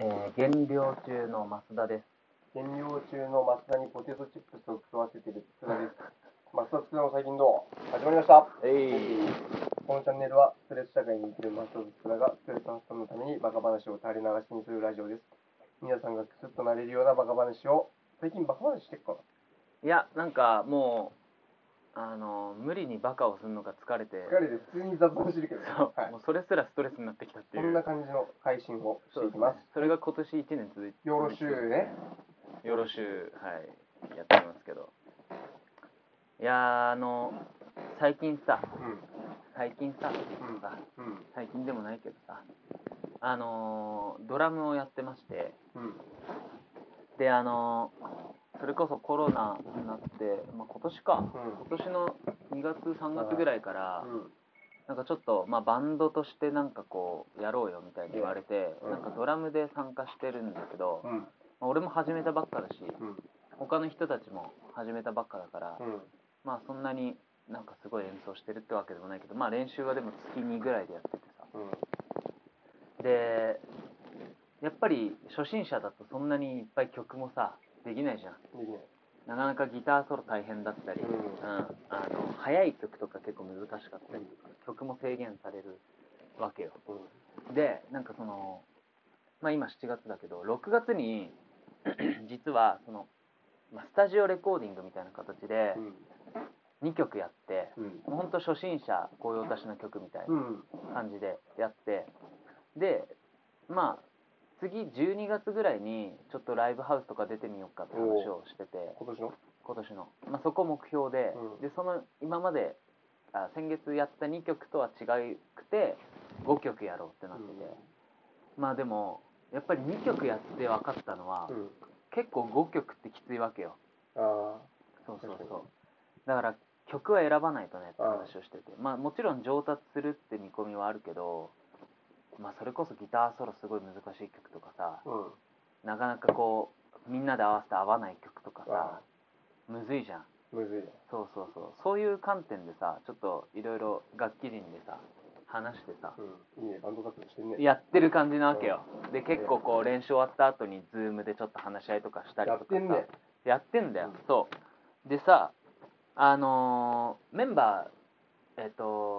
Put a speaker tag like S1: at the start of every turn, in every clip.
S1: 減量中の増田です。
S2: 減量中の増田にポテトチップスを食わせている津田です。増田津田の最近どう始まりました。このチャンネルはストレス社会に生きる増田と津田がストレス発散のためにバカ話を垂れ流しにするラジオです。皆さんがクスッとなれるようなバカ話を、最近バカ話してっかな。
S1: いや、なんかもう無理にバカをするのが疲れて
S2: 普通に雑談してるけど、
S1: そう、はい、もうそれすらストレスになってきたっていう、
S2: こんな感じの配信をしていきます。
S1: それが今年1年続いて、
S2: よろしゅうね。
S1: よろしゅう、はい、やってますけど、いや最近さ、最近でもないけどさ、ドラムをやってまして、でそれこそコロナになって、今年の2月3月ぐらいから、なんかちょっと、バンドとしてなんかこうやろうよみたいに言われて、なんかドラムで参加してるんだけど、俺も始めたばっかだし、他の人たちも始めたばっかだから、そんなになんかすごい演奏してるってわけでもないけど、練習はでも月2ぐらいでやっててさ、でやっぱり初心者だとそんなにいっぱい曲もさできないじゃん。なかなかギターソロ大変だったり、速い曲とか結構難しかったりとか、曲も制限されるわけよ。でなんかその今7月だけど、6月に実はその、スタジオレコーディングみたいな形で2曲やって、もうほんと初心者御用達の曲みたいな感じでやって、で次12月ぐらいにちょっとライブハウスとか出てみようかって話をしてて、今年の、そこ目標で、でその今まで先月やった2曲とは違くて5曲やろうってなってて、でもやっぱり2曲やって分かったのは、結構5曲ってきついわけよ。そうだから曲は選ばないとねって話をしてて、もちろん上達するって見込みはあるけど、それこそギターソロすごい難しい曲とかさ、なかなかこうみんなで合わせて合わない曲とかさ、むずいじゃん。そういう観点でさ、ちょっといろいろ楽器人でさ話してさ、
S2: バンド活動してんね。
S1: やってる感じなわけよ。で結構こう練習終わった後にズームでちょっと話し合いとかしたりとかさ、やってんだよ。そうでさ、メンバー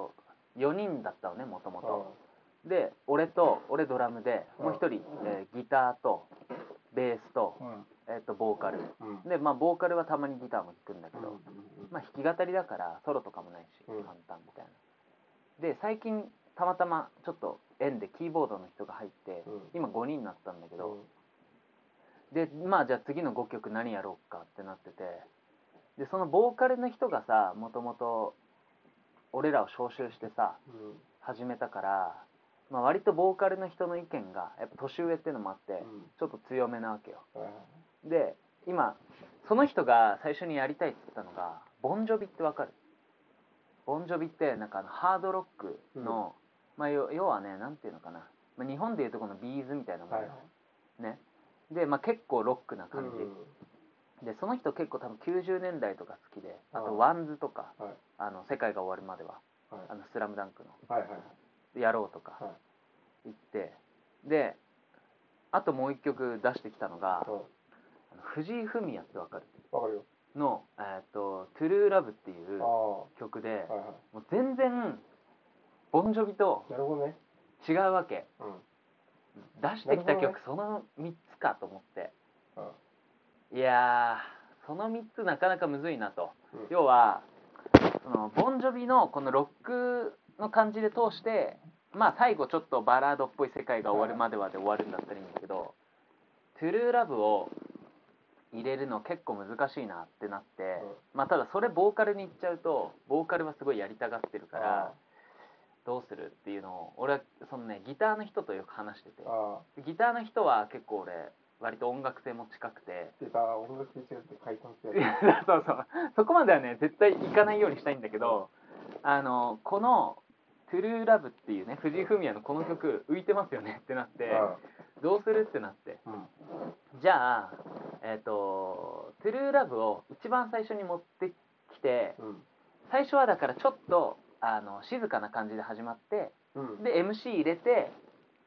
S1: 4人だったのね、もともと。で俺ドラムで、もう一人、ギターとベースと、ボーカル、でボーカルはたまにギターも弾くんだけど、弾き語りだからソロとかもないし簡単みたいな。で最近たまたまちょっと縁でキーボードの人が入って、今5人になったんだけど、でじゃあ次の5曲何やろうかってなってて、でそのボーカルの人がさ、もともと俺らを招集してさ、始めたから、割とボーカルの人の意見がやっぱ年上っていうのもあって、ちょっと強めなわけよ。で今その人が最初にやりたいって言ったのがボンジョビってわかる？ボンジョビってなんかハードロックの、要はね、なんていうのかな、日本でいうとこのビーズみたいなものね。で結構ロックな感じ、でその人結構多分90年代とか好きで、あとワンズとか、世界が終わるまでは、スラムダンクの、やろうとか言って、であともう一曲出してきたのが、藤井フミヤってわかる？
S2: よ
S1: の、トゥルーラブっていう曲で、もう全然ボンジョビと違うわけ。出してきた曲その3つかと思って、いやーその3つなかなかむずいなと。要はそのボンジョビのこのロックの感じで通して、最後ちょっとバラードっぽい世界が終わるまではで終わるんだったらいいんだけど、トゥルーラブを入れるの結構難しいなってなって、ただそれボーカルに行っちゃうと、ボーカルはすごいやりたがってるからどうするっていうのを、俺はそのねギターの人とよく話してて、ギターの人は結構俺割と音楽性も近くて、
S2: 音楽性違って解散して
S1: やるそこまではね絶対行かないようにしたいんだけど、このトゥルーラブっていうね、藤井フミヤのこの曲浮いてますよねってなって、どうするってなって、じゃあトゥルーラブを一番最初に持ってきて、最初はだからちょっと静かな感じで始まって、で MC 入れて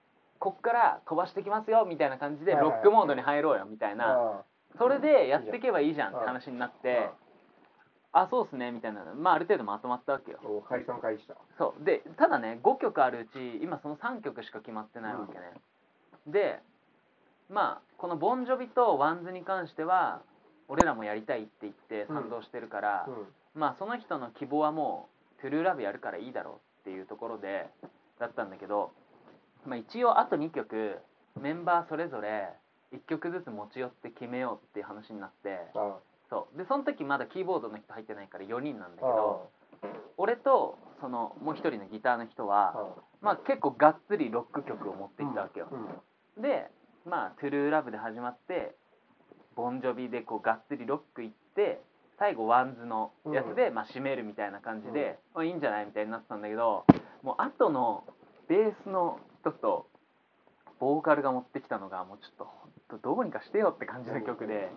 S1: こっから飛ばしてきますよみたいな感じでロックモードに入ろうよみたいな、それでやっていけばいいじゃんって話になって、あ、そうっすねみたいな、まあある程度まとまったわけよ。
S2: 解散会した。
S1: そうで、ただね、5曲あるうち今その3曲しか決まってないわけね、でまあこのボンジョビとワンズに関しては俺らもやりたいって言って賛同してるから、まあその人の希望はもうトゥルーラブやるからいいだろうっていうところでだったんだけど、まあ、一応あと2曲メンバーそれぞれ1曲ずつ持ち寄って決めようっていう話になって、そうでその時まだキーボードの人入ってないから4人なんだけど、俺とそのもう1人のギターの人は、まあ結構がっつりロック曲を持ってきたわけよ、でまあトゥルーラブで始まってボンジョビでこうがっつりロックいって最後ワンズのやつでまあ締めるみたいな感じで、まあ、いいんじゃないみたいになってたんだけど、もう後のベースの人とボーカルが持ってきたのがもうちょっとほんとどうにかしてよって感じの曲で、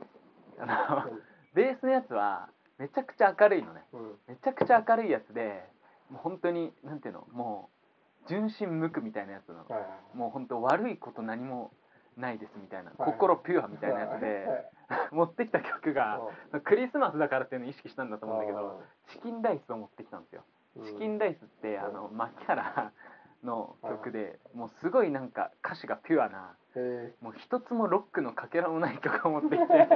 S1: ベースのやつはめちゃくちゃ明るいのね、めちゃくちゃ明るいやつで、もう本当になんていうの、もう純真無垢みたいなやつなの、もう本当悪いこと何もないですみたいな、心ピュアみたいなやつで持ってきた曲がクリスマスだからっていうのを意識したんだと思うんだけど、チキンライスを持ってきたんですよ。チキンライスって牧原の曲で、もうすごいなんか歌詞がピュアな、もう一つもロックのかけらもない曲を持ってきて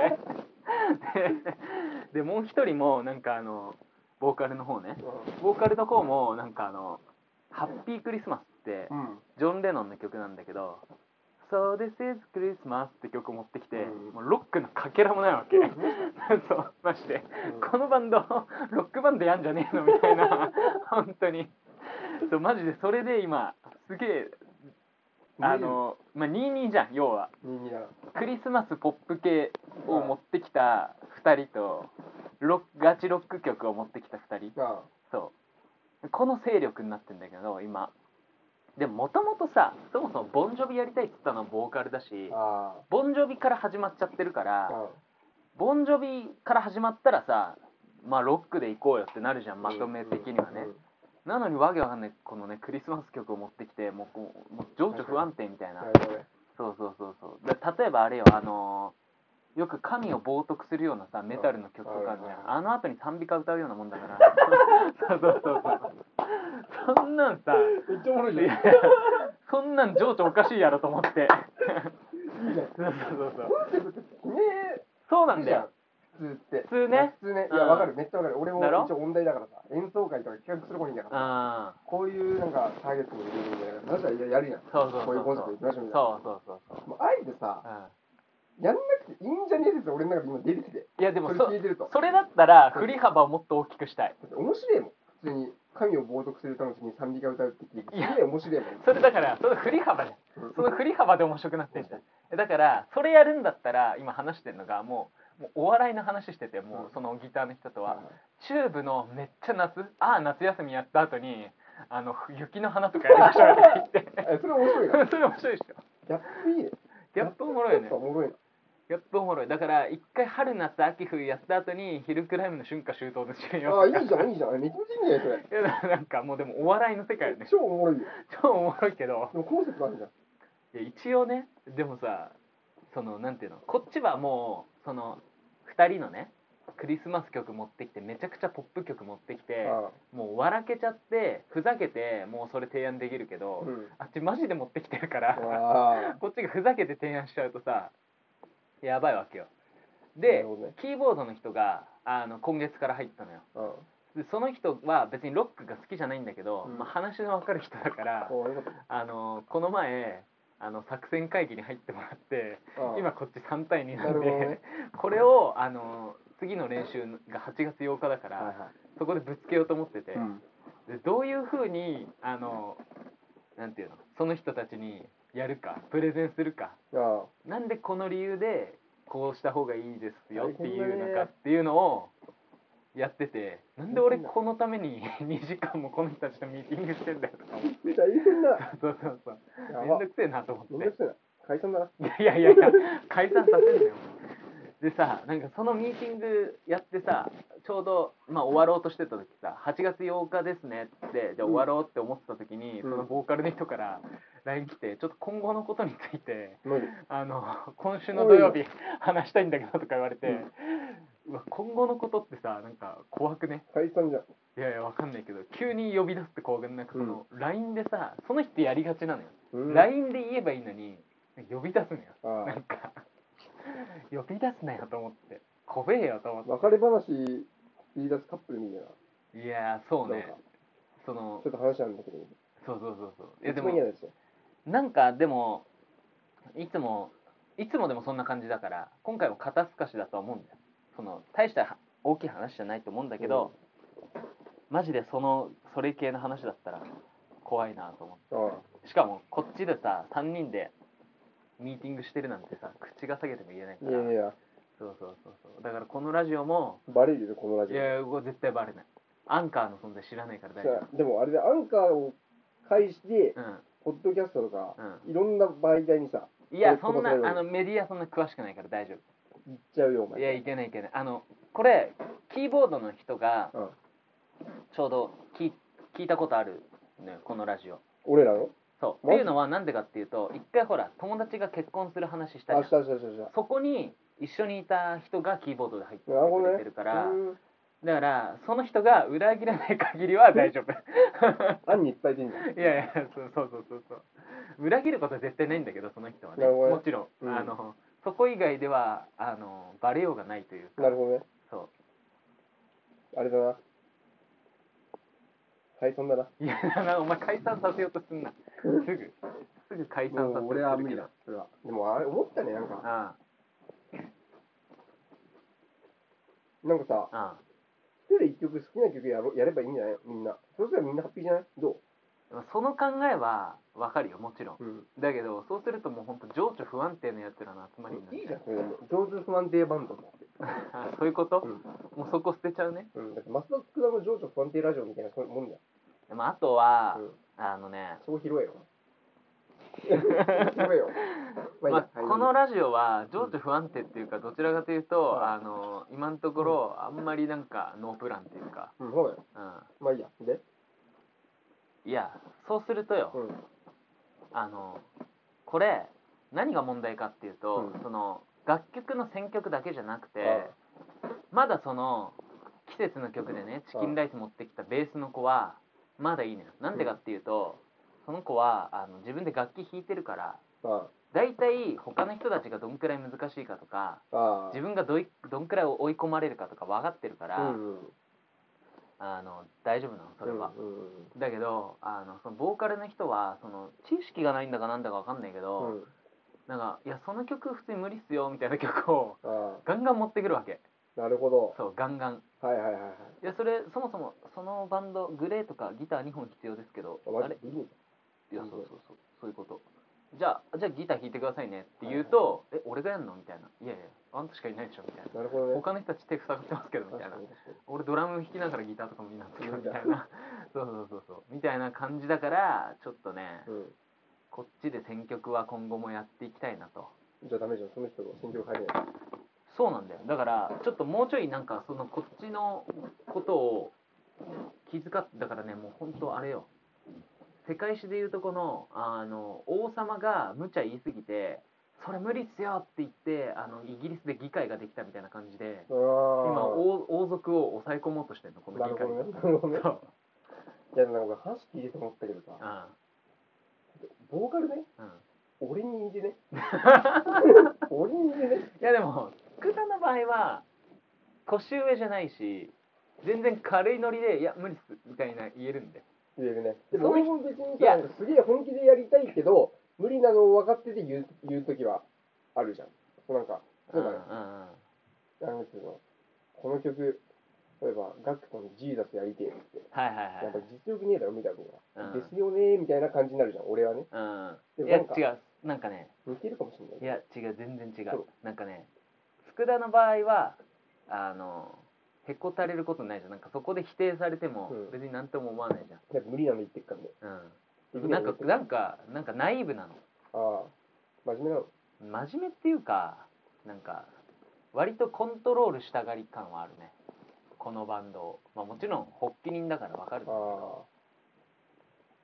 S1: でもう一人もなんかボーカルの方ね、ボーカルの方もなんかハッピークリスマスってジョン・レノンの曲なんだけど、So this is Christmas って曲を持ってきて、もうロックのかけらもないわけそうマジで、このバンドロックバンドやんじゃねえのみたいな本当にそうマジで、それで今すげえまあ22じゃん、要はクリスマスポップ系を持ってきた2人とガチロック曲を持ってきた2人、そうこの勢力になってんだけど今。でももともとさ、そもそもボンジョビやりたいって言ったのはボーカルだし、ボンジョビから始まっちゃってるから、ボンジョビから始まったらさ、まあロックで行こうよってなるじゃん、まとめ的にはね。なのにわけわかんないこのねクリスマス曲を持ってきて、もう情緒不安定みたいな。そう例えばあれよ、よく神を冒涜するようなさメタルの曲とかあるじゃん、あの後に賛美歌歌うようなもんだからそうそんなんさ、めっちゃおもろいじゃんそんなん情緒おかしいやろと思っていいじゃん。そうなんだよ、普通ね。
S2: いや、わかる、めっちゃわかる。俺も一応音大だからさ、演奏会とか企画する方がいいんだからさ、こういうなんかターゲットも入れるんだから、私はやるやん。こういうコンセプトいきましょうみたいな。そう。あえてさ、やんなくていいんじゃねえ説俺の中で今出てきて。
S1: いやでもそれだったら振り幅をもっと大きくしたい。
S2: 面白いもん。普通に神を冒涜する歌のうちに賛美歌歌うって聞いて、すげえ面白いもん。
S1: それだからその振り幅じゃん。その振り幅で面白くなってんじゃん。だからそれやるんだったら今話してるのがもうお笑いの話してて、もうそのギターの人とはチューブのめっちゃ夏休みやった後に雪の花とかやりましょうって言って
S2: それ面白いな。
S1: それ面白いでしょ。
S2: ギャップいいね。
S1: ギャップおもろいよね。
S2: おもろいな。
S1: ギャップおもろい。だから一回春夏秋冬やった後にヒルクライムの春夏秋冬のシーン
S2: よ。ああ、いいじゃんいいじゃん。めっちゃいいねそれ。
S1: いやなんかもうでもお笑いの世界よね。
S2: 超おもろいよ。
S1: 超おもろいけど。
S2: でもコンセプトあるじゃん。
S1: いや一応ね、でもさ、そのなんていうの、こっちはもうその2人のねクリスマス曲持ってきて、めちゃくちゃポップ曲持ってきて、もう笑けちゃってふざけてもうそれ提案できるけど、あっちマジで持ってきてるからこっちがふざけて提案しちゃうとさやばいわけよ。で、キーボードの人が今月から入ったのよ。でその人は別にロックが好きじゃないんだけど、まあ、話の分かる人だからこの前作戦会議に入ってもらって、今こっち3対2なんで、これを次の練習が8月8日だから、そこでぶつけようと思ってて、でどういうふうになんていうの、その人たちにやるかプレゼンするか、なんでこの理由でこうした方がいいですよっていうのかっていうのをやってて、なんで俺このために2時間もこの人たちとミーティングしてんだよとか思って。
S2: 大変だ。
S1: そうめんどくせえなと思って。
S2: めんどくせえな。解散だな。
S1: いや解散させんだよ。でさ、なんかそのミーティングやってさ、ちょうどまあ終わろうとしてた時さ、8月8日ですねって、じゃあ終わろうって思ってた時に、そのボーカルの人から LINE 来て、ちょっと今後のことについて
S2: 何
S1: 今週の土曜日話したいんだけどとか言われて、うわ今後のことってさ、なんか怖くね。
S2: 解散じゃん。
S1: いやいやわかんないけど、急に呼び出すって怖くなんかその、LINE でさ、その人やりがちなのよ、LINE で言えばいいのに呼び出すのよ。なんか呼び出すなよと思って、怖えよと思って。
S2: 別れ話言い出すカップルみたいな。
S1: いやそうね、その
S2: ちょっと話なんだけど。
S1: そうい
S2: やでも
S1: なんかでもいつもでもそんな感じだから、今回も肩透かしだとは思うんだよ。その大した大きい話じゃないと思うんだけど、マジでそれ系の話だったら怖いなと思って。しかもこっちでさ3人でミーティングしてるなんてさ、口が下げても言えないから。
S2: いや
S1: そうだからこのラジオも
S2: バレるよ、このラジオ。
S1: いや絶対バレない。アンカーの存在知らないから大丈夫。
S2: でもあれでアンカーを介して、ポッドキャストとか、いろんな媒体にさ、
S1: いやそんなメディアそんな詳しくないから大丈夫。
S2: 言っちゃうよお前。
S1: いやいけないこれキーボードの人がちょうど聞いたことあるね、このラジオ。
S2: 俺らの
S1: そうっていうのはなんでかっていうと、一回ほら友達が結婚する話したじゃん。そこに一緒にいた人がキーボードで入ってくれてるから、だからその人が裏切らない限りは大丈夫。
S2: 案に伝えてんじゃん。
S1: いやいやそう裏切ることは絶対ないんだけど、その人はね、もちろん、そこ以外ではバレようがないというか。
S2: なるほどね。
S1: そう
S2: あれだな、解散だな。
S1: いやお前解散させようとすんな。すぐ解散させようとするけど。
S2: 俺は無理だそれは。でもあれ思ったね、なんかなんかさ、一人一曲好きな曲やればいいんじゃないみんな。そしたらみんなハッピーじゃない？どう？
S1: その考えはわかるよ、もちろん。だけどそうするともう本当情緒不安定なやつらの集まりになる。
S2: いいじゃん、それでも情緒不安定バンドって。
S1: そういうこと？もうそこ捨てちゃうね。
S2: だって増田福田の情緒不安定ラジオみたいなそういうもんだよ。
S1: でもあとは
S2: そう拾えよ。
S1: このラジオは情緒不安定っていうか、どちらかというと今のところあんまりなんかノープランっていうか。
S2: そうだよ。まあいいや。で
S1: いやそうするとよ、これ何が問題かっていうと、その楽曲の選曲だけじゃなくて、まだその季節の曲でねチキンライス持ってきたベースの子はまだいいのよ。なんでかっていうと、その子は自分で楽器弾いてるから、だいたい他の人たちがどんくらい難しいかとか、自分がどんくらい追い込まれるかとか分かってるから、大丈夫なのそれは。だけどそのボーカルの人はその知識がないんだかなんだか分かんないけど、なんかいやその曲普通に無理っすよみたいな曲をガンガン持ってくるわけ。
S2: なるほど。
S1: そうガンガン。いやそれそもそもそのバンドグレーとかギター2本必要ですけど、あれいやそういうこと。じゃあギター弾いてくださいねって言うと、俺がやんのみたいな。いやいやあんたしかいないでしょみたいな。他の人たち手塞がってますけどみたいな。俺ドラム弾きながらギターとかもいいなんですよみたいな。そうみたいな感じだから、ちょっとね、こっちで選曲は今後もやっていきたいなと。
S2: じゃあダメじゃん、その人が選曲入れない。
S1: そうなんだよ。だからちょっともうちょいなんかそのこっちのことを気遣って、だからね、もう本当あれよ、世界史でいうとこの王様が無茶言いすぎてそれ無理っすよって言ってイギリスで議会ができたみたいな感じで、今王族を抑え込もうとしてるのこの議会。
S2: なるほどね。いやなんか話聞いてて思ったけどさ、ボーカルね、俺に似てね。俺に似てね。
S1: いやでも福田の場合は年上じゃないし、全然軽いノリでいや無理っすみたいな言えるんで。
S2: 言えるね。でも俺も別にさ、すげえ本気でやりたいけど無理なのを分かってて言う時はあるじゃん。なんかそうだね。なんていうの、この曲例えばガクトのジーザスやりてえって、やっぱ実力ねえだろみたいな、ですよねみたいな感じになるじゃん俺はね。
S1: いや違う、なんかね
S2: 似てるかもしれない。
S1: いや違う、全然違う。なんかね、福田の場合はへこたれることないじゃん。なんかそこで否定されても別になんとも思わないじゃん。
S2: なんか無理なの言ってっからね。
S1: なんかナイーブなの。
S2: 真面目なの。
S1: 真面目っていうか、なんか割とコントロールしたがり感はあるね、このバンドを。もちろん発起人だからわかるんだけど。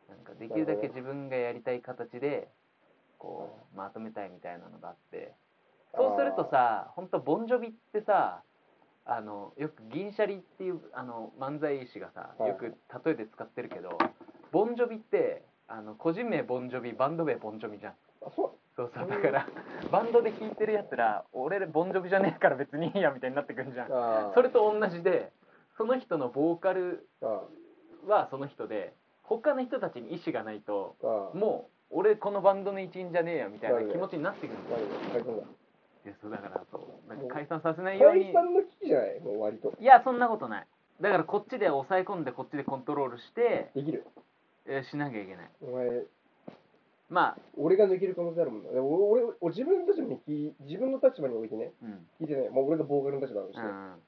S1: なんかできるだけ自分がやりたい形でこうまとめたいみたいなのがあって、そうするとさ、本当ボンジョビってさ、よく銀シャリっていう漫才師がさ、よく例えで使ってるけど、ボンジョビって個人名ボンジョビ、バンド名ボンジョビじゃん。そうだからバンドで弾いてるやつら、俺ボンジョビじゃねえから別にいいやみたいになってくるじゃん。それと同じで、その人のボーカルはその人で、他の人たちに意思がないと、もう俺このバンドの一員じゃねえやみたいな気持ちになってくるんだよ。いや、そうだからなんか解散させないように。
S2: 解散の危機じゃない、もう割と。
S1: いや、そんなことない。だからこっちで抑え込んでこっちでコントロールして
S2: できる。
S1: しなきゃいけない。
S2: お前、
S1: まあ
S2: 俺が抜ける可能性あるもんな。俺自分の立場に自分の立場においてね、聞いてない。もう俺がボーカルの立場だとして、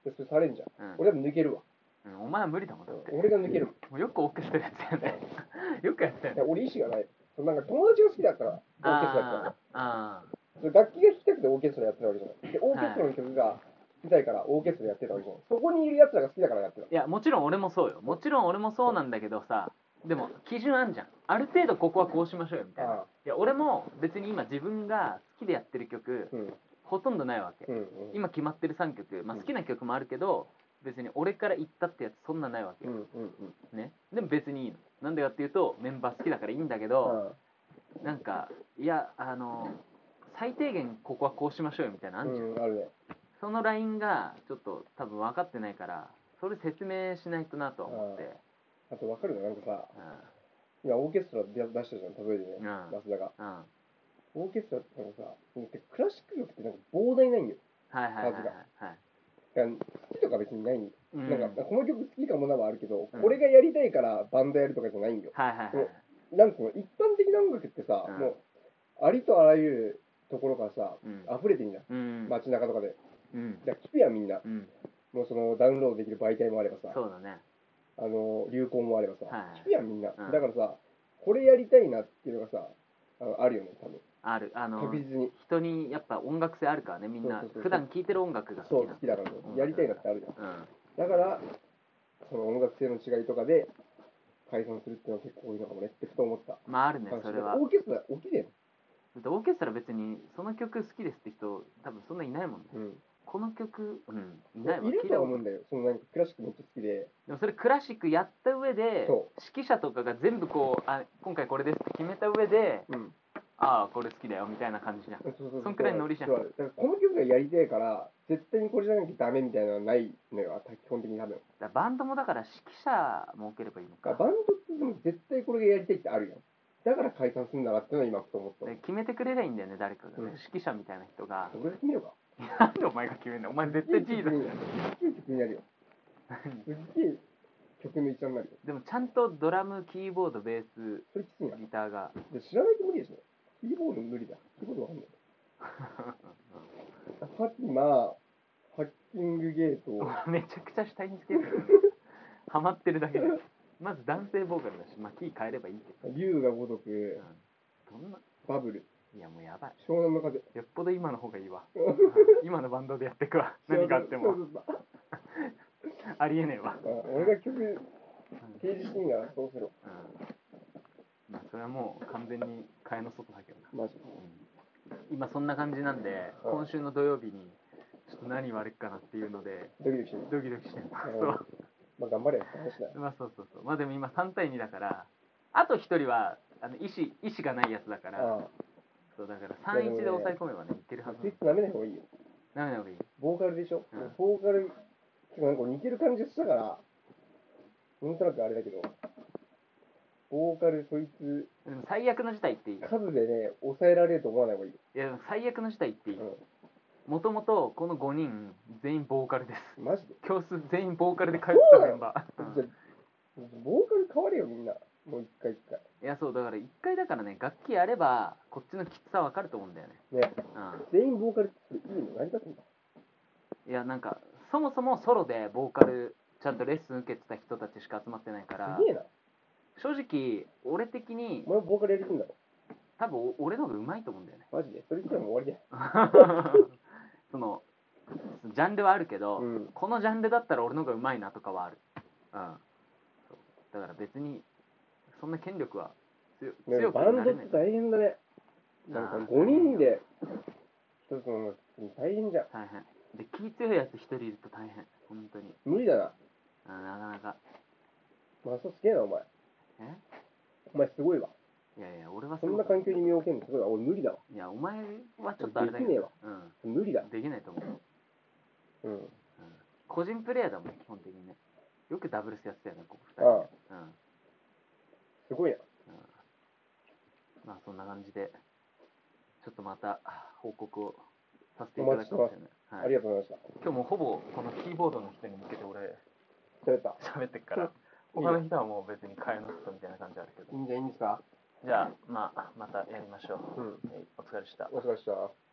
S2: それされんじゃん。俺は抜けるわ。
S1: お前は無理だもん。
S2: 俺が抜ける。
S1: もうよくオーケストラやってるよね。よくやってる。
S2: 俺意思がない。なんか友達が好きだったらオーケストラやってたの。楽器が弾きたくてオーケストラやってるわけじゃない。で、オーケストラの曲が聴きたいからオーケストラやってたわけじゃない。そこにいる奴らが好きだからやってた。
S1: いや、もちろん俺もそうよ。もちろん俺もそうなんだけどさ、でも基準あんじゃん。ある程度ここはこうしましょうよみたいな。いや、俺も別に今自分が好きでやってる曲、ほとんどないわけ。今決まってる3曲、まあ好きな曲もあるけど、別に俺から言ったってやつそんなないわけよ。ね。でも別にいいの。なんでかっていうと、メンバー好きだからいいんだけど、なんか、いや、最低限ここはこうしましょうよみたいなのあんじゃん。
S2: あるね。
S1: そのラインがちょっと多分分かってないから、それ説明しないとなと思って。
S2: あと分かるのなんかさ、今オーケストラ出したじゃん、例えでね、増田が。オーケストラってなんかさ、クラシック曲ってなんか膨大ないんよ。
S1: はいはいはいはい。
S2: 好きとか別にないんよ。なんかこの曲好きかもなはあるけど、これがやりたいからバンドやるとかじゃないんよ。なんか一般的な音楽ってさ、もうありとあらゆるところからさ、溢れてんじゃん。街中とかで。じゃあ聞くやんみんな。もうそのダウンロードできる媒体もあればさ、
S1: そうだね。
S2: 流行もあればさ、聞くやんみんな。だからさ、これやりたいなっていうのがさ、あるよね、多分。
S1: ある。
S2: 確実に。
S1: 人にやっぱ音楽性あるからね、みんな。普段聴いてる音楽が好きな。
S2: そう、好きだから、やりたいなってあるじゃん。だから、その音楽性の違いとかで解散するっていうのは結構多いのかもねってふと思った。
S1: まああるね、それは。
S2: オーケストラ起きてんの？
S1: オーケストラ別にその曲好きですって人多分そんないないもんね。この曲、いないわ。
S2: いるとは思うんだよ。そのなんかクラシックめっちゃ好きで。
S1: でもそれクラシックやった上で、指揮者とかが全部こう、今回これですって決めた上で、ああ、これ好きだよみたいな感じじゃん。そんくらいのノリじゃん。
S2: だからこの曲がやりたいから、絶対にこれじゃなきゃダメみたいなのはないのよ、基本的に多分。
S1: バンドもだから指揮者設ければいいのか。
S2: バンドってでも絶対これがやりたいってあるよ。だから解散するんだなっていうのは今ふと思った。
S1: 決めてくれりゃいいんだよね、誰かがね。指揮者みたいな人が。
S2: 俺が決めようか。
S1: なんでお前が決めるの？お前絶対 G だよ。
S2: すっげえ曲になるよ。すっげえ曲の一覧になるよ。
S1: でもちゃんとドラム、キーボード、ベース、
S2: それきついな。
S1: ギターが。
S2: 知らないと無理でしょ。キーボード無理だ。キーボードわかんない。ファティマ、ハッキングゲート。
S1: めちゃくちゃ下につける。ハマってるだけで。まず男性ボーカルだし、まあキー変えればいいけど。
S2: 竜が如く、
S1: どんな
S2: バブル。
S1: いやもうやばい。
S2: 湘南の風。
S1: よっぽど今の方がいいわ。今のバンドでやってくわ。何があっても。ありえねえわ。
S2: 俺が曲提示していいならそうする。
S1: まあそれはもう完全に蚊帳の外だけどな。
S2: マジ。
S1: 今そんな感じなんで、今週の土曜日にちょっと何言われるかなっていうので
S2: ドキドキしてる。
S1: ドキドキしてる。
S2: まあ頑張れよって話だよ。
S1: まあそう。まあでも今3対2だから、あと1人は意思がないやつだから。そうだから3-1で抑え込めばね、いけるはず。
S2: 舐めない方がいいよ。
S1: 舐めない方がいい。
S2: ボーカルでしょ。ボーカルなんか似てる感じしたから、なんとなくあれだけど、ボーカルそいつ、
S1: でも最悪の事態っていい。
S2: 数でね、抑えられると思わない方がいい。
S1: いやでも最悪の事態っていい。もともとこの5人全員ボーカルです。
S2: マジで？
S1: 教室全員ボーカルで通ってたメンバー。
S2: じゃボーカル変われよみんな。もう一回。
S1: いやそうだから一回だからね、楽器やればこっちのきつさわかると思うんだよね。
S2: 全員ボーカルっていいの？何だってんだ？
S1: いやなんかそもそもソロでボーカルちゃんとレッスン受けてた人たちしか集まってないから。
S2: すげえな。
S1: 正直俺的に。
S2: お前ボーカルやりてんだろ？
S1: 多分俺の方が上手いと思うんだよね。
S2: マジで？それ言ったらもう終わり
S1: だよ。そのジャンルはあるけど、このジャンルだったら俺の方が上手いなとかはある。そうだから別にそんな権力は
S2: で
S1: 強く
S2: もバン
S1: なれない。
S2: ドって大変だね。なんか5人で一つの音楽って大変じゃん。
S1: 大変。で、気強いやつ一人いると大変。本当に。
S2: 無理だな。
S1: なかなか。
S2: マスオすげえな、お前。お前すごいわ。
S1: いやいや、俺は
S2: そんな環境に身を置けんのすごいわ。俺無理だわ。
S1: いや、お前はちょっとあれだけど。
S2: できねえわ。
S1: うん。
S2: 無理だ。
S1: できないと思う。
S2: うん。
S1: 個人プレイヤーだもん、基本的にね。よくダブルスやってたよね、ここ2
S2: ああ。
S1: 人。うん。
S2: すごいな。
S1: まあそんな感じで、ちょっとまた報告をさせていただくかもしれない。
S2: はい、ありがとうございました。
S1: 今日もほぼこのキーボードの人に向けて俺、喋ってっから、他の人はもう別に替えの人みたいな感じあるけど。
S2: いいんですか？
S1: じゃあ、またやりましょう。
S2: うん。
S1: お疲れでした。
S2: お疲れでした。